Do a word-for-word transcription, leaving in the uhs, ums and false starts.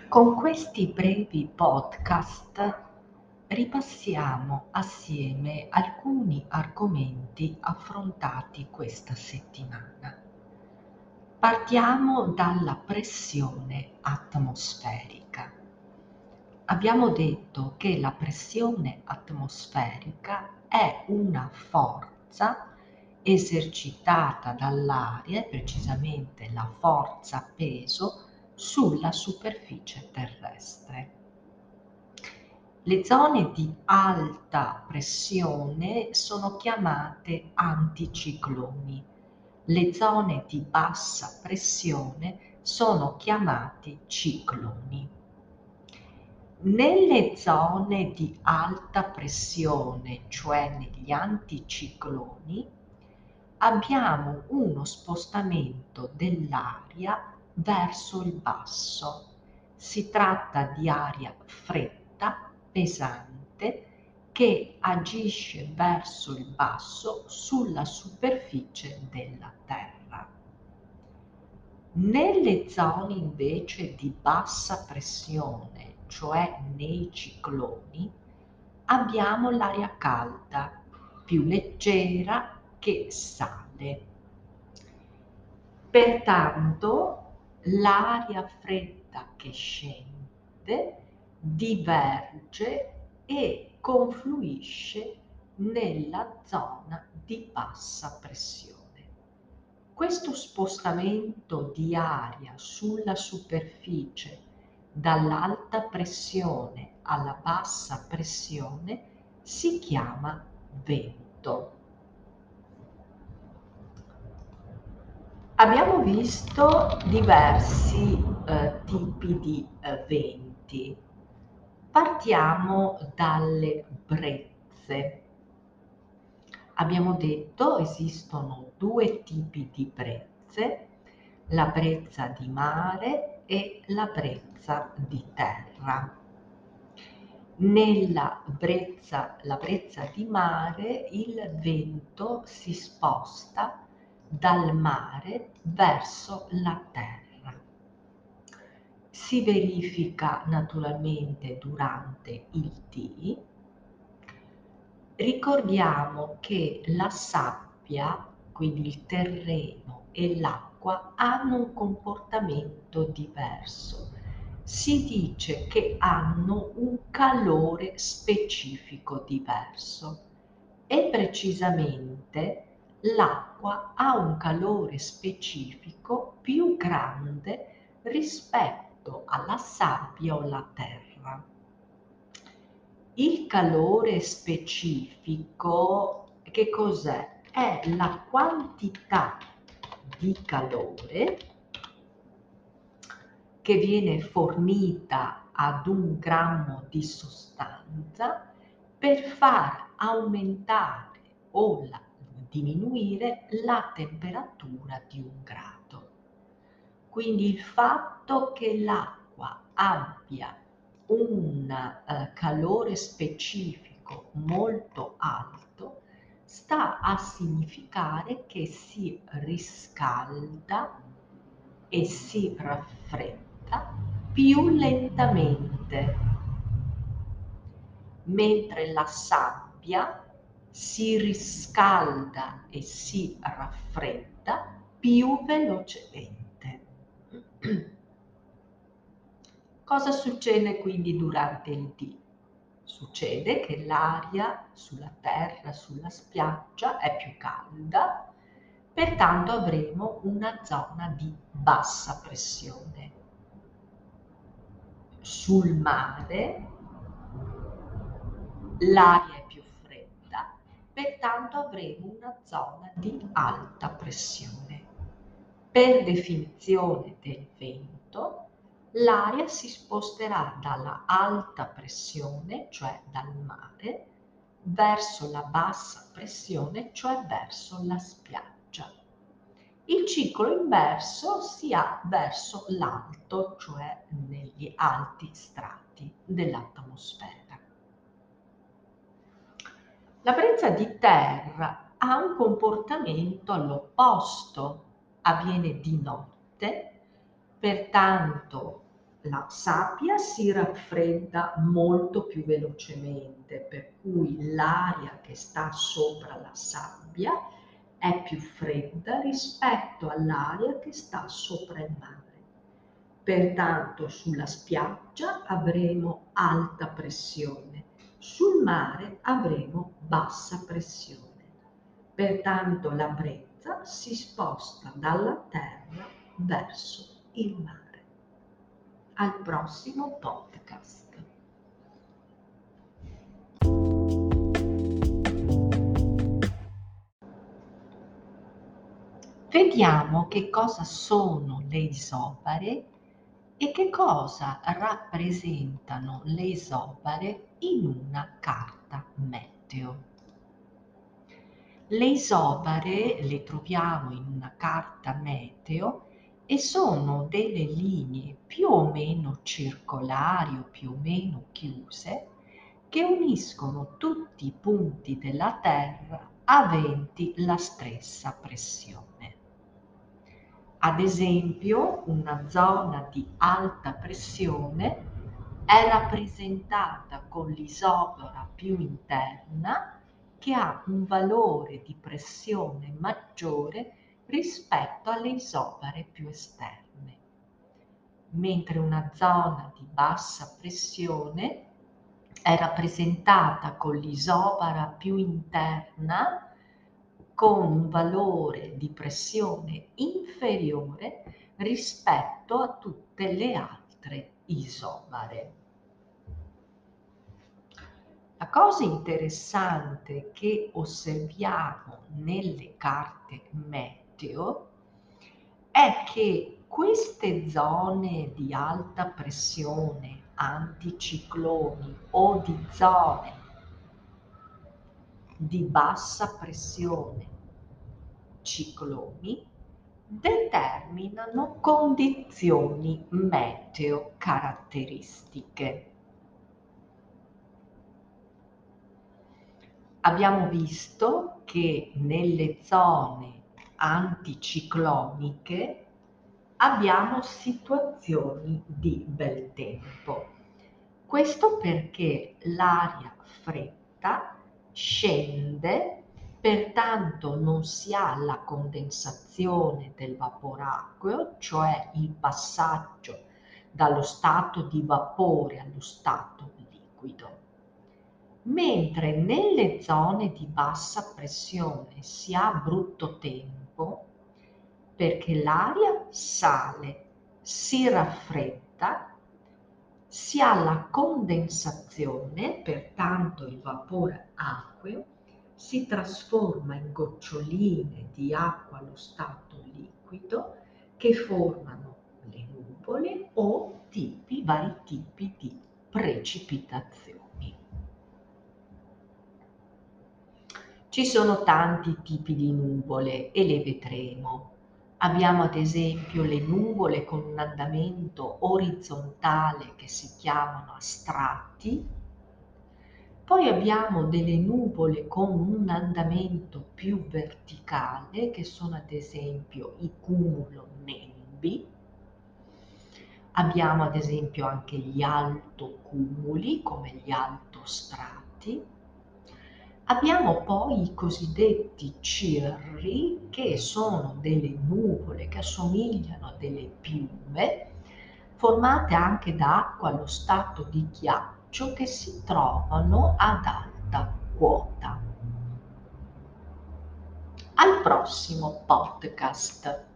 Con questi brevi podcast ripassiamo assieme alcuni argomenti affrontati questa settimana. Partiamo dalla pressione atmosferica. Abbiamo detto che la pressione atmosferica è una forza esercitata dall'aria, precisamente la forza peso, sulla superficie terrestre. Le zone di alta pressione sono chiamate anticicloni. Le zone di bassa pressione sono chiamate cicloni. Nelle zone di alta pressione, cioè negli anticicloni, abbiamo uno spostamento dell'aria verso il basso. Si tratta di aria fredda, pesante, che agisce verso il basso sulla superficie della Terra. Nelle zone invece di bassa pressione, cioè nei cicloni, abbiamo l'aria calda, più leggera, che sale. Pertanto l'aria fredda che scende diverge e confluisce nella zona di bassa pressione. Questo spostamento di aria sulla superficie dall'alta pressione alla bassa pressione si chiama vento. Abbiamo visto diversi eh, tipi di eh, venti. Partiamo dalle brezze. Abbiamo detto esistono due tipi di brezze, la brezza di mare e la brezza di terra. Nella brezza, la brezza di mare il vento si sposta dal mare verso la terra. Si verifica naturalmente durante il dì. Ricordiamo che la sabbia, quindi il terreno e l'acqua, hanno un comportamento diverso. Si dice che hanno un calore specifico diverso e precisamente l'acqua ha un calore specifico più grande rispetto alla sabbia o alla terra. Il calore specifico che cos'è? È la quantità di calore che viene fornita ad un grammo di sostanza per far aumentare o la, diminuire la temperatura di un grado. Quindi il fatto che l'acqua abbia un eh, calore specifico molto alto sta a significare che si riscalda e si raffredda più lentamente, mentre la sabbia si riscalda e si raffredda più velocemente. Cosa succede quindi durante il dì? Succede che l'aria sulla terra, sulla spiaggia è più calda, pertanto avremo una zona di bassa pressione. Sul mare l'aria è più fredda, pertanto avremo una zona di alta pressione. Per definizione del vento, l'aria si sposterà dalla alta pressione, cioè dal mare, verso la bassa pressione, cioè verso la spiaggia. Il ciclo inverso si ha verso l'alto, cioè negli alti strati dell'atmosfera. La brezza di terra ha un comportamento all'opposto, avviene di notte, pertanto la sabbia si raffredda molto più velocemente, per cui l'aria che sta sopra la sabbia è più fredda rispetto all'aria che sta sopra il mare. Pertanto sulla spiaggia avremo alta pressione, sul mare avremo bassa pressione. Pertanto la brezza si sposta dalla terra verso il mare. Al prossimo podcast. Vediamo che cosa sono le isobare e che cosa rappresentano le isobare in una carta meteo. Le isobare le troviamo in una carta meteo e sono delle linee più o meno circolari o più o meno chiuse che uniscono tutti i punti della Terra aventi la stessa pressione. Ad esempio, una zona di alta pressione è rappresentata con l'isobara più interna che ha un valore di pressione maggiore rispetto alle isobare più esterne, mentre una zona di bassa pressione è rappresentata con l'isobara più interna con un valore di pressione inferiore rispetto a tutte le altre isobare. La cosa interessante che osserviamo nelle carte meteo è che queste zone di alta pressione, anticicloni o di zone di bassa pressione, cicloni, determinano condizioni meteo caratteristiche. Abbiamo visto che nelle zone anticicloniche abbiamo situazioni di bel tempo. Questo perché l'aria fredda scende, pertanto non si ha la condensazione del vapore acqueo, cioè il passaggio dallo stato di vapore allo stato liquido. Mentre nelle zone di bassa pressione si ha brutto tempo perché l'aria sale, si raffredda, si ha la condensazione, pertanto il vapore acqueo si trasforma in goccioline di acqua allo stato liquido che formano le nuvole o tipi, vari tipi di precipitazioni. Ci sono tanti tipi di nuvole e le vedremo. Abbiamo ad esempio le nuvole con un andamento orizzontale che si chiamano a strati, poi abbiamo delle nuvole con un andamento più verticale che sono ad esempio i cumulonimbus. Abbiamo ad esempio anche gli altocumuli come gli altostrati. Abbiamo poi i cosiddetti cirri, che sono delle nuvole che assomigliano a delle piume, formate anche da acqua allo stato di ghiaccio che si trovano ad alta quota. Al prossimo podcast.